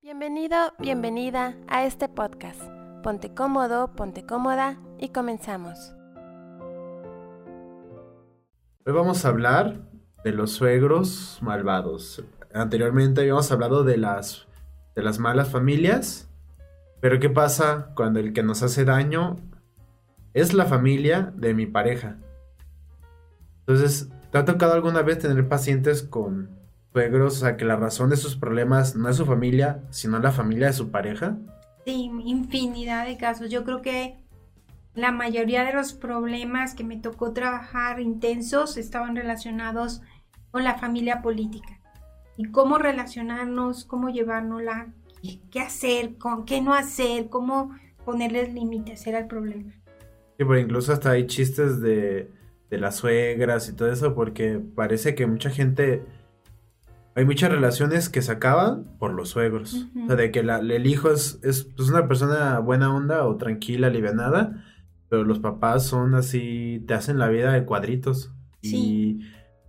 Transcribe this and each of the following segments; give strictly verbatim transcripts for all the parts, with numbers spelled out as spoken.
Bienvenido, bienvenida a este podcast. Ponte cómodo, ponte cómoda y comenzamos. Hoy vamos a hablar de los suegros malvados. Anteriormente habíamos hablado de las, de las malas familias, pero ¿qué pasa cuando el que nos hace daño es la familia de mi pareja? Entonces, ¿te ha tocado alguna vez tener pacientes con suegros, o sea, que la razón de sus problemas no es su familia, sino la familia de su pareja? Sí, infinidad de casos. Yo creo que la mayoría de los problemas que me tocó trabajar intensos estaban relacionados con la familia política. Y cómo relacionarnos, cómo llevárnosla, qué hacer, con, qué no hacer, cómo ponerles límites, era el problema. Sí, pero incluso hasta hay chistes de, de las suegras y todo eso, porque parece que mucha gente... Hay muchas relaciones que se acaban por los suegros. Uh-huh. O sea, de que la, el hijo es, es pues una persona buena onda o tranquila, alivianada, pero los papás son así, te hacen la vida de cuadritos. Sí.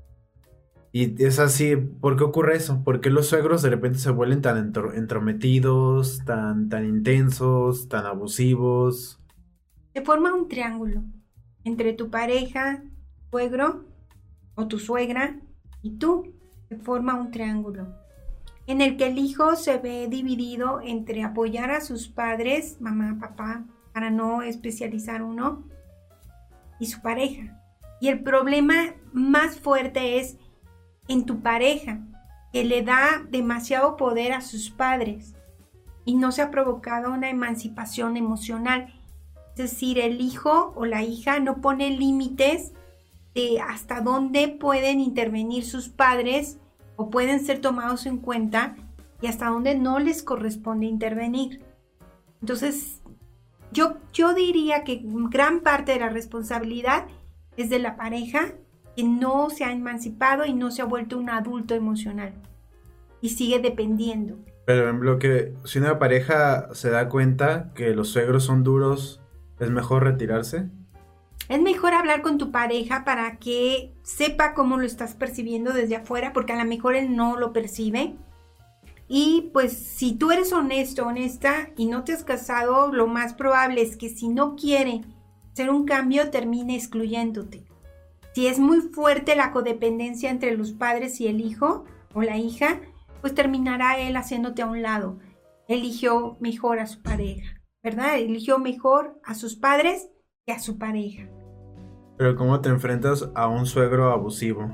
Y, y es así, ¿por qué ocurre eso? ¿Por qué los suegros de repente se vuelven tan entro, entrometidos, tan, tan intensos, tan abusivos? Se forma un triángulo entre tu pareja, suegro o tu suegra y tú. Se forma un triángulo en el que el hijo se ve dividido entre apoyar a sus padres, mamá, papá, para no especializar uno, y su pareja. Y el problema más fuerte es en tu pareja, que le da demasiado poder a sus padres y no se ha provocado una emancipación emocional. Es decir, el hijo o la hija no pone límites de hasta dónde pueden intervenir sus padres o pueden ser tomados en cuenta y hasta dónde no les corresponde intervenir. Entonces, yo, yo diría que gran parte de la responsabilidad es de la pareja que no se ha emancipado y no se ha vuelto un adulto emocional y sigue dependiendo. Pero en lo que si una pareja se da cuenta que los suegros son duros, ¿es mejor retirarse? Es mejor hablar con tu pareja para que sepa cómo lo estás percibiendo desde afuera, porque a lo mejor él no lo percibe. Y pues si tú eres honesto, honesta y no te has casado, lo más probable es que si no quiere hacer un cambio, termine excluyéndote. Si es muy fuerte la codependencia entre los padres y el hijo o la hija, pues terminará él haciéndote a un lado. Eligió mejor a su pareja, ¿verdad? Eligió mejor a sus padres que a su pareja. Pero ¿cómo te enfrentas a un suegro abusivo?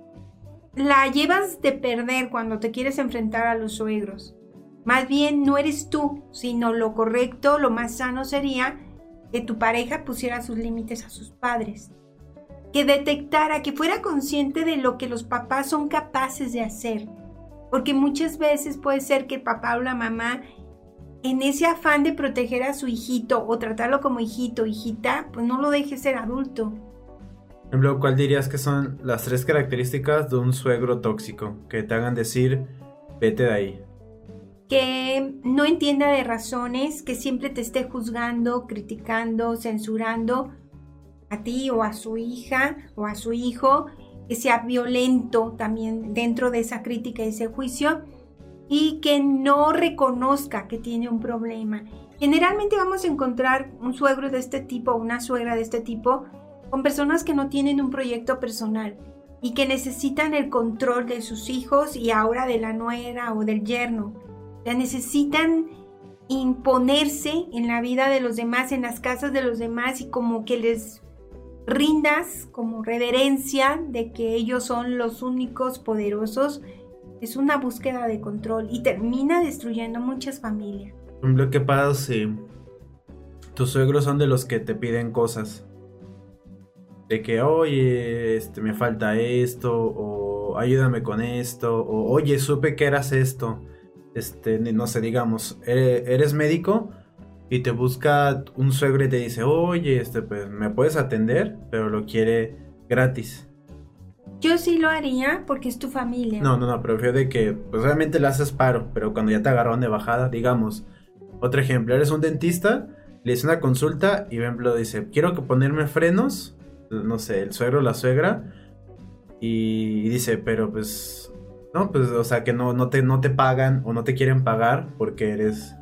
La llevas de perder cuando te quieres enfrentar a los suegros. Más bien no eres tú, sino lo correcto, lo más sano sería que tu pareja pusiera sus límites a sus padres. Que detectara, que fuera consciente de lo que los papás son capaces de hacer. Porque muchas veces puede ser que el papá o la mamá, en ese afán de proteger a su hijito o tratarlo como hijito, hijita, pues no lo deje ser adulto. Por ejemplo, ¿cuál dirías que son las tres características de un suegro tóxico que te hagan decir, vete de ahí? Que no entienda de razones, que siempre te esté juzgando, criticando, censurando a ti o a su hija o a su hijo, que sea violento también dentro de esa crítica y ese juicio, y que no reconozca que tiene un problema. Generalmente vamos a encontrar un suegro de este tipo o una suegra de este tipo con personas que no tienen un proyecto personal y que necesitan el control de sus hijos y ahora de la nuera o del yerno. O sea, necesitan imponerse en la vida de los demás, en las casas de los demás y como que les rindas como reverencia de que ellos son los únicos poderosos. Es una búsqueda de control y termina destruyendo muchas familias. ¿Qué pasa si tus suegros son de los que te piden cosas? De que, oye, este, me falta esto, o ayúdame con esto, o oye, supe que eras esto. Este, no sé, digamos, eres, eres médico y te busca un suegro y te dice, oye, este, pues, me puedes atender, pero lo quiere gratis. Yo sí lo haría porque es tu familia. No, no, no, prefiero de que, pues obviamente le haces paro, pero cuando ya te agarraron de bajada, digamos, otro ejemplo, eres un dentista, le hice una consulta y, por ejemplo, dice, quiero que ponerme frenos, no sé, el suegro o la suegra, y dice, pero pues, No, pues, o sea, que no, no, te, no te pagan o no te quieren pagar porque eres...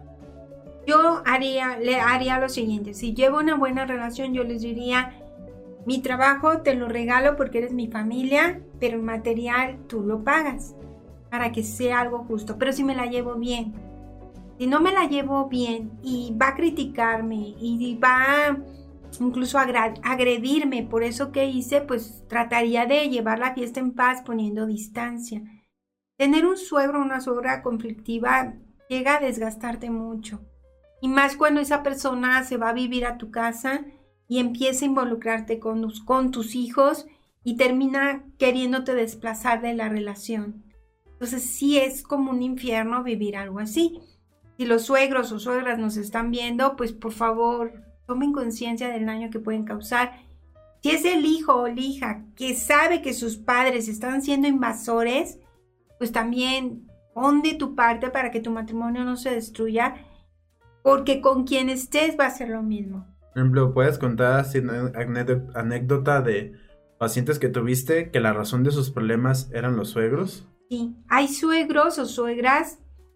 Yo haría, le haría lo siguiente. Si llevo una buena relación, yo les diría, mi trabajo te lo regalo porque eres mi familia, pero el material tú lo pagas para que sea algo justo. Pero si me la llevo bien, si no me la llevo bien y va a criticarme y va incluso a agredirme por eso que hice, pues trataría de llevar la fiesta en paz poniendo distancia. Tener un suegro o una suegra conflictiva llega a desgastarte mucho. Y más cuando esa persona se va a vivir a tu casa y empieza a involucrarte con, con tus hijos y termina queriéndote desplazar de la relación. Entonces sí es como un infierno vivir algo así. Si los suegros o suegras nos están viendo, pues por favor tomen conciencia del daño que pueden causar. Si es el hijo o la hija que sabe que sus padres están siendo invasores, pues también pon de tu parte para que tu matrimonio no se destruya, porque con quien estés va a ser lo mismo. Por ejemplo, ¿puedes contar así una anécdota de pacientes que tuviste que la razón de sus problemas eran los suegros? Sí, hay suegros o suegras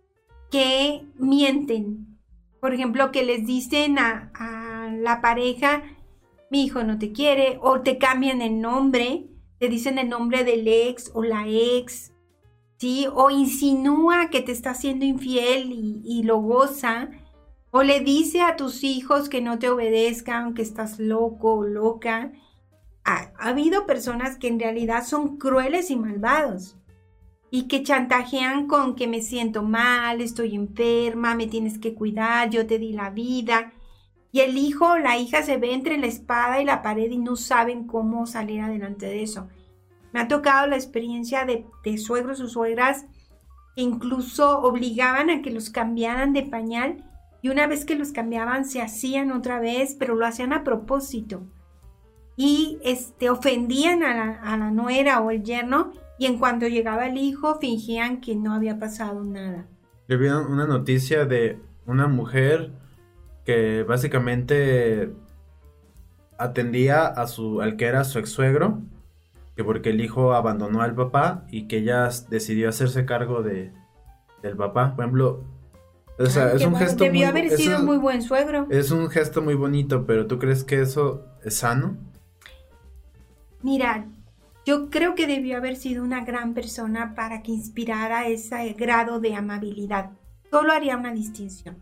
que mienten. Por ejemplo, que les dicen a, a la pareja, mi hijo no te quiere, o te cambian el nombre, te dicen el nombre del ex o la ex, ¿sí? O insinúa que te está siendo infiel y, y lo goza. O le dice a tus hijos que no te obedezcan, que estás loco o loca. Ha, ha habido personas que en realidad son crueles y malvados y que chantajean con que me siento mal, estoy enferma, me tienes que cuidar, yo te di la vida. Y el hijo o la hija se ve entre la espada y la pared y no saben cómo salir adelante de eso. Me ha tocado la experiencia de, de suegros o suegras que incluso obligaban a que los cambiaran de pañal. Y una vez que los cambiaban, se hacían otra vez, pero lo hacían a propósito. Y este, ofendían a la, a la nuera o el yerno, y en cuanto llegaba el hijo, fingían que no había pasado nada. Yo vi una noticia de una mujer que básicamente atendía a su, al que era su ex suegro, que porque el hijo abandonó al papá y que ella decidió hacerse cargo de, del papá. Por ejemplo, o sea, Ay, es un bueno, gesto debió muy, haber es sido un, muy buen suegro. Es un gesto muy bonito, pero ¿tú crees que eso es sano? Mira, yo creo que debió haber sido una gran persona para que inspirara ese grado de amabilidad. Solo haría una distinción.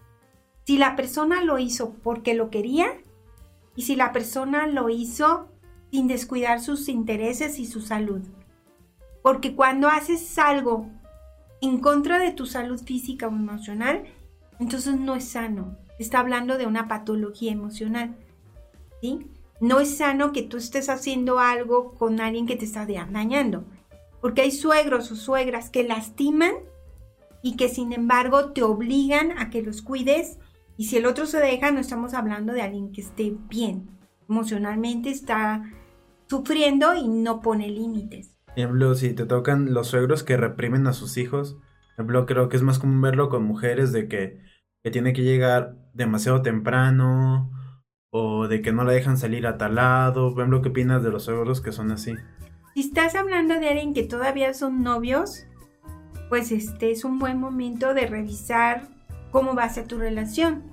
Si la persona lo hizo porque lo quería y si la persona lo hizo sin descuidar sus intereses y su salud. Porque cuando haces algo en contra de tu salud física o emocional, entonces no es sano. Está hablando de una patología emocional, ¿sí? No es sano que tú estés haciendo algo con alguien que te está dañando. Porque hay suegros o suegras que lastiman y que sin embargo te obligan a que los cuides. Y si el otro se deja, no estamos hablando de alguien que esté bien. Emocionalmente está sufriendo y no pone límites. Por ejemplo, si te tocan los suegros que reprimen a sus hijos, por ejemplo, creo que es más común verlo con mujeres de que, que tiene que llegar demasiado temprano o de que no la dejan salir a tal lado. Por ejemplo, ¿qué opinas de los suegros que son así? Si estás hablando de alguien que todavía son novios, pues este es un buen momento de revisar cómo va a ser tu relación.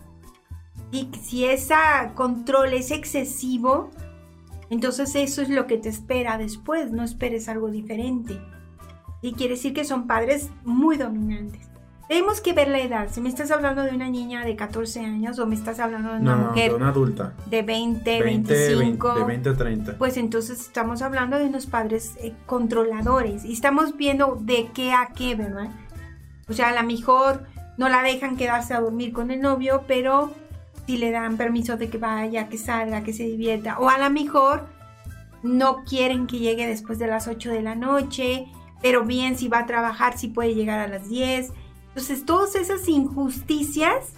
Y si ese control es excesivo, entonces eso es lo que te espera después, no esperes algo diferente. Y quiere decir que son padres muy dominantes. Tenemos que ver la edad. Si me estás hablando de una niña de catorce años o me estás hablando de una no, mujer de una adulta de veinte, veinte, veinticinco, veinte, de veinte a treinta, pues entonces estamos hablando de unos padres eh, controladores y estamos viendo de qué a qué, ¿verdad? O sea, a lo mejor no la dejan quedarse a dormir con el novio, pero sí le dan permiso de que vaya, que salga, que se divierta. O a lo mejor no quieren que llegue después de las ocho de la noche, pero bien, si va a trabajar, sí puede llegar a las diez. Entonces, todas esas injusticias,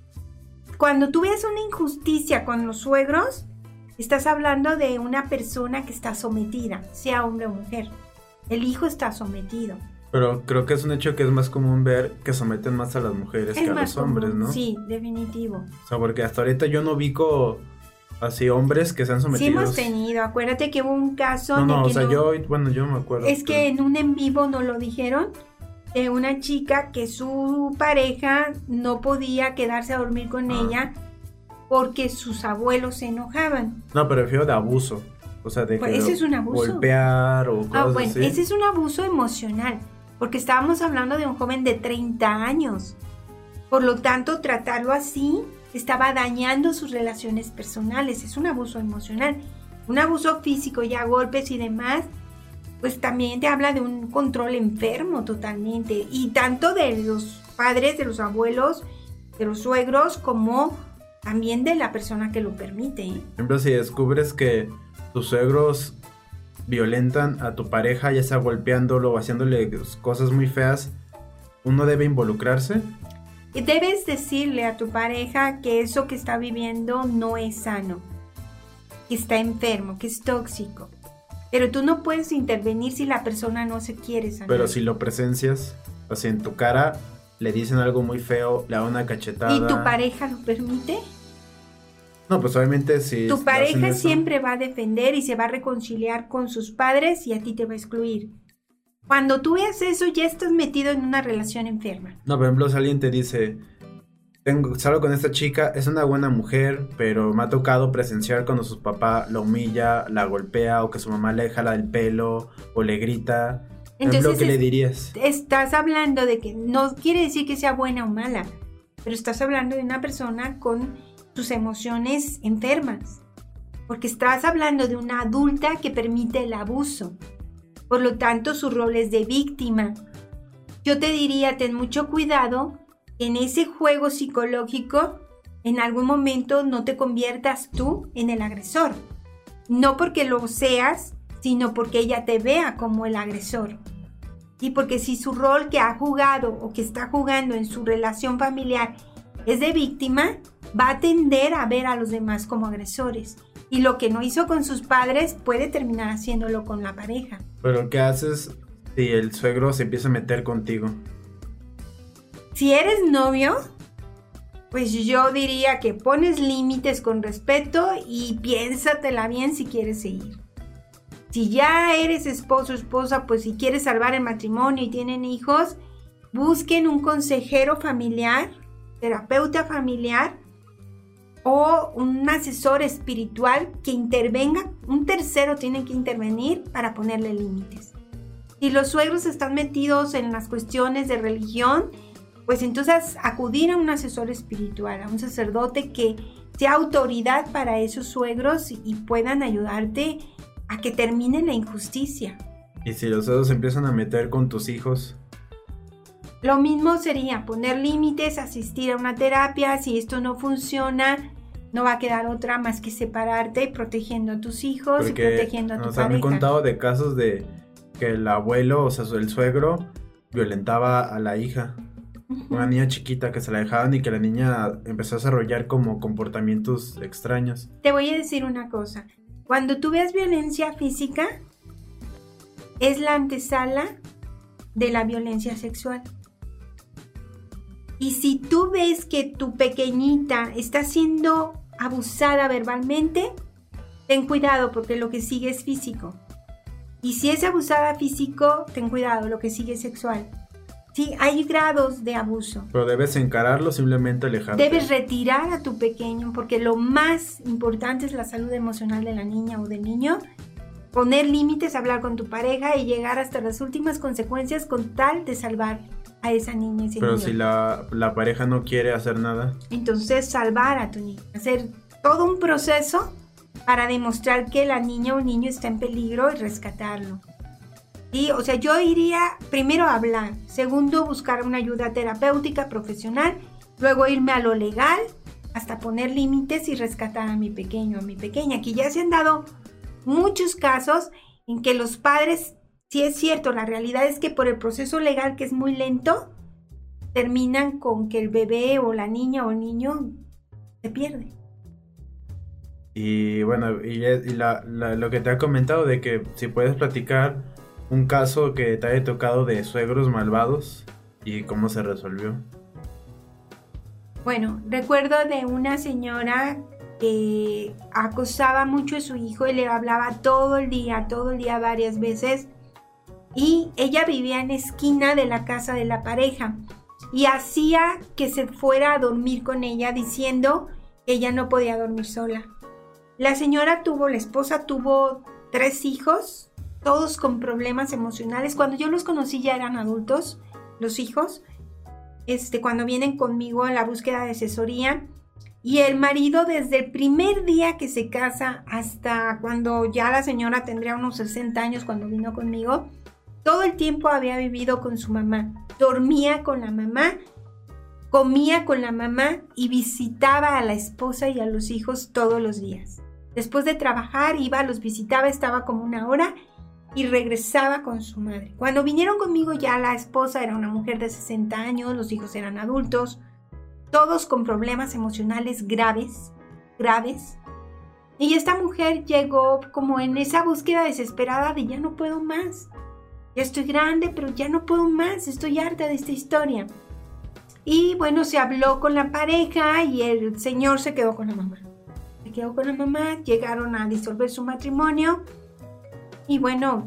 cuando tú ves una injusticia con los suegros, estás hablando de una persona que está sometida, sea hombre o mujer. El hijo está sometido. Pero creo que es un hecho que es más común ver que someten más a las mujeres Es que a más los hombres, común, ¿no? Sí, definitivo. O sea, porque hasta ahorita yo no ubico así hombres que se han sometido. Sí hemos tenido, acuérdate que hubo un caso... No, no, de que o sea, no... yo, bueno, yo me acuerdo. Es que pero... en un en vivo no lo dijeron, de una chica que su pareja no podía quedarse a dormir con Ah. ella porque sus abuelos se enojaban. No, pero refiero de abuso. O sea, de Pues que ese es un abuso. golpear o cosas Ah, bueno, así. ese es un abuso emocional, porque estábamos hablando de un joven de treinta años. Por lo tanto, tratarlo así estaba dañando sus relaciones personales. Es un abuso emocional. Un abuso físico, ya golpes y demás, pues también te habla de un control enfermo totalmente. Y tanto de los padres, de los abuelos, de los suegros, como también de la persona que lo permite, ¿eh? Por ejemplo, si descubres que tus suegros violentan a tu pareja, ya sea golpeándolo o haciéndole cosas muy feas, ¿uno debe involucrarse? Y debes decirle a tu pareja que eso que está viviendo no es sano, que está enfermo, que es tóxico. Pero tú no puedes intervenir si la persona no se quiere sanar. Pero si lo presencias, o sea, en tu cara le dicen algo muy feo, le da una cachetada. ¿Y tu pareja lo permite? No, pues obviamente si Tu hacen pareja eso- siempre va a defender y se va a reconciliar con sus padres y a ti te va a excluir. Cuando tú veas eso, ya estás metido en una relación enferma. No, por ejemplo, si alguien te dice, tengo, salgo con esta chica, es una buena mujer, pero me ha tocado presenciar cuando su papá la humilla, la golpea, o que su mamá le jala el pelo, o le grita. Por ejemplo, Entonces, ¿qué le es- dirías? Estás hablando de que no quiere decir que sea buena o mala, pero estás hablando de una persona con sus emociones enfermas, porque estás hablando de una adulta que permite el abuso. Por lo tanto, su rol es de víctima. Yo te diría, ten mucho cuidado en ese juego psicológico, en algún momento no te conviertas tú en el agresor. No porque lo seas, sino porque ella te vea como el agresor. Y porque si su rol que ha jugado o que está jugando en su relación familiar es de víctima, va a tender a ver a los demás como agresores. Y lo que no hizo con sus padres puede terminar haciéndolo con la pareja. Pero ¿qué haces si el suegro se empieza a meter contigo? Si eres novio, pues yo diría que pones límites con respeto y piénsatela bien si quieres seguir. Si ya eres esposo o esposa, pues si quieres salvar el matrimonio y tienen hijos, busquen un consejero familiar, terapeuta familiar o un asesor espiritual que intervenga. Un tercero tiene que intervenir para ponerle límites. Si los suegros están metidos en las cuestiones de religión, pues entonces acudir a un asesor espiritual, a un sacerdote que sea autoridad para esos suegros y puedan ayudarte a que termine la injusticia. Y si los suegros se empiezan a meter con tus hijos, Lo mismo sería poner límites, asistir a una terapia. Si esto no funciona, no va a quedar otra más que separarte, protegiendo a tus hijos y porque protegiendo a tu o sea, me he pareja. contado de casos de que el abuelo, o sea, el suegro, violentaba a la hija. Ujú. Una niña chiquita que se la dejaban y que la niña empezó a desarrollar como comportamientos extraños. Te voy a decir una cosa. Cuando tú veas violencia física, es la antesala de la violencia sexual. Y si tú ves que tu pequeñita está siendo abusada verbalmente, ten cuidado porque lo que sigue es físico. Y si es abusada físico, ten cuidado, lo que sigue es sexual. Sí, hay grados de abuso. Pero debes encararlo, simplemente alejarte. Debes retirar a tu pequeño porque lo más importante es la salud emocional de la niña o del niño. Poner límites, hablar con tu pareja y llegar hasta las últimas consecuencias con tal de salvar a esa niña y ese Pero niño. si la, la pareja no quiere hacer nada. Entonces salvar a tu niño, hacer todo un proceso para demostrar que la niña o niño está en peligro y rescatarlo. ¿Sí? O sea, yo iría primero a hablar, segundo buscar una ayuda terapéutica profesional, luego irme a lo legal hasta poner límites y rescatar a mi pequeño, a mi pequeña. Aquí ya se han dado muchos casos en que los padres, sí es cierto, la realidad es que por el proceso legal que es muy lento, terminan con que el bebé o la niña o el niño se pierde. Y bueno, y, y la, la- lo que te ha comentado de que si puedes platicar un caso que te haya tocado de suegros malvados y cómo se resolvió. Bueno, recuerdo de una señora que acosaba mucho a su hijo y le hablaba todo el día, todo el día varias veces. Y ella vivía en la esquina de la casa de la pareja y hacía que se fuera a dormir con ella diciendo que ella no podía dormir sola. La señora tuvo, la esposa tuvo tres hijos, todos con problemas emocionales. Cuando yo los conocí ya eran adultos, los hijos, este, cuando vienen conmigo a la búsqueda de asesoría. Y el marido desde el primer día que se casa hasta cuando ya la señora tendría unos sesenta años cuando vino conmigo, todo el tiempo había vivido con su mamá, dormía con la mamá, comía con la mamá y visitaba a la esposa y a los hijos todos los días. Después de trabajar iba, los visitaba, estaba como una hora y regresaba con su madre. Cuando vinieron conmigo ya la esposa era una mujer de sesenta años, los hijos eran adultos, todos con problemas emocionales graves, graves. Y esta mujer llegó como en esa búsqueda desesperada de ya no puedo más. Ya estoy grande, pero ya no puedo más, estoy harta de esta historia. Y bueno, se habló con la pareja y el señor se quedó con la mamá. Se quedó con la mamá, llegaron a disolver su matrimonio. Y bueno,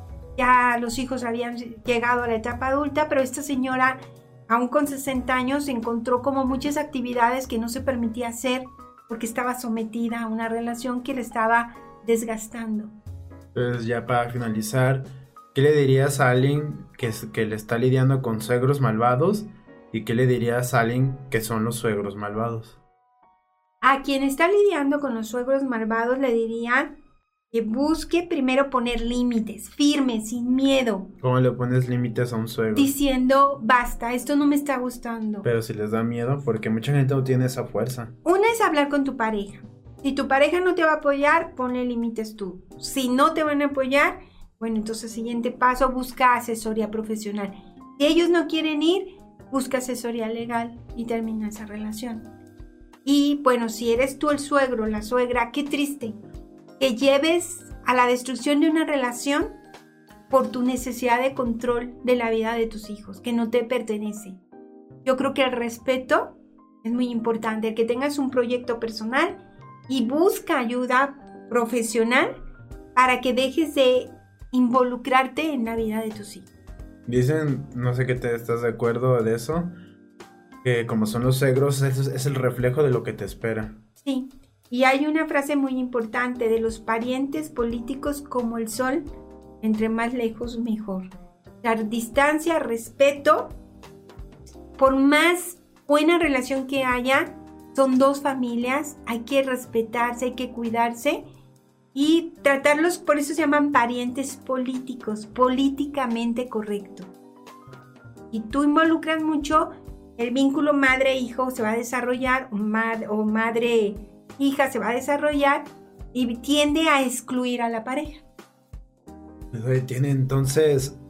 ya los hijos habían llegado a la etapa adulta, pero esta señora, aún con sesenta años, encontró como muchas actividades que no se permitía hacer porque estaba sometida a una relación que le estaba desgastando. Entonces, ya para finalizar, ¿qué le dirías a alguien que, que le está lidiando con suegros malvados? ¿Y qué le dirías a alguien que son los suegros malvados? A quien está lidiando con los suegros malvados le diría que busque primero poner límites, firmes, sin miedo. ¿Cómo le pones límites a un suegro? Diciendo, basta, esto no me está gustando. Pero si les da miedo, porque mucha gente no tiene esa fuerza. Una es hablar con tu pareja. Si tu pareja no te va a apoyar, ponle límites tú. Si no te van a apoyar, bueno, entonces siguiente paso, busca asesoría profesional. Si ellos no quieren ir, busca asesoría legal y termina esa relación. Y bueno, si eres tú el suegro, la suegra, qué triste que lleves a la destrucción de una relación por tu necesidad de control de la vida de tus hijos, que no te pertenece. Yo creo que el respeto es muy importante, el que tengas un proyecto personal y busca ayuda profesional para que dejes de involucrarte en la vida de tus hijos. Dicen, no sé qué te estás de acuerdo de eso, que como son los suegros, es, es el reflejo de lo que te espera. Sí, y hay una frase muy importante de los parientes políticos como el sol, entre más lejos mejor. Dar distancia, respeto, por más buena relación que haya, son dos familias, hay que respetarse, hay que cuidarse y tratarlos, por eso se llaman parientes políticos, políticamente correcto. Y tú involucras mucho, el vínculo madre-hijo se va a desarrollar, o, mad- o madre-hija se va a desarrollar y tiende a excluir a la pareja. Tiene entonces,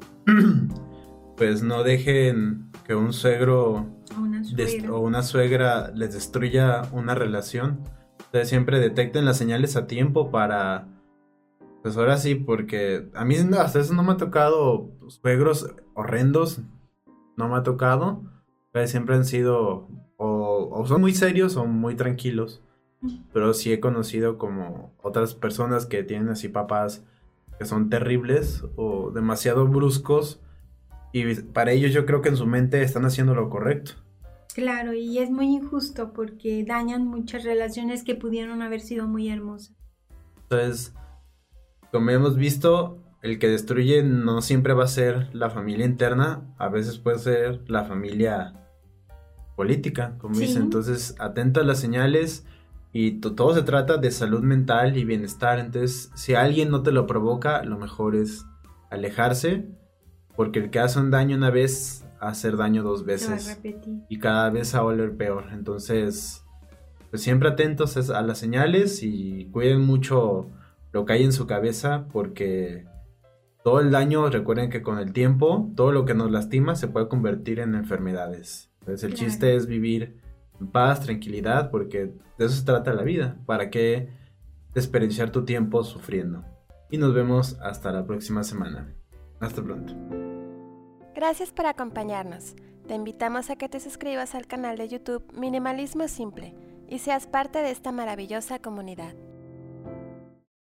pues no dejen que un suegro O una des- suegra. o una suegra les destruya una relación. Entonces siempre detecten las señales a tiempo para, pues ahora sí, porque a mí no, hasta eso no me ha tocado suegros horrendos, no me ha tocado, pero siempre han sido o, o son muy serios o muy tranquilos, pero sí he conocido como otras personas que tienen así papás que son terribles o demasiado bruscos y para ellos yo creo que en su mente están haciendo lo correcto. Claro, y es muy injusto porque dañan muchas relaciones que pudieron haber sido muy hermosas. Entonces, como hemos visto, el que destruye no siempre va a ser la familia interna, a veces puede ser la familia política, como Sí. dice. Entonces, atenta a las señales y to- todo se trata de salud mental y bienestar. Entonces, si alguien no te lo provoca, lo mejor es alejarse, porque el que hace un daño una vez, hacer daño dos Se va a veces repetir. y cada vez a volver peor. Entonces, pues siempre atentos es- a las señales y cuiden mucho lo que hay en su cabeza, porque todo el daño, recuerden que con el tiempo, todo lo que nos lastima se puede convertir en enfermedades. Entonces el Claro. chiste es vivir en paz, tranquilidad, porque de eso se trata la vida. ¿Para qué desperdiciar tu tiempo sufriendo? Y nos vemos hasta la próxima semana. Hasta pronto. Gracias por acompañarnos. Te invitamos a que te suscribas al canal de YouTube Minimalismo Simple y seas parte de esta maravillosa comunidad.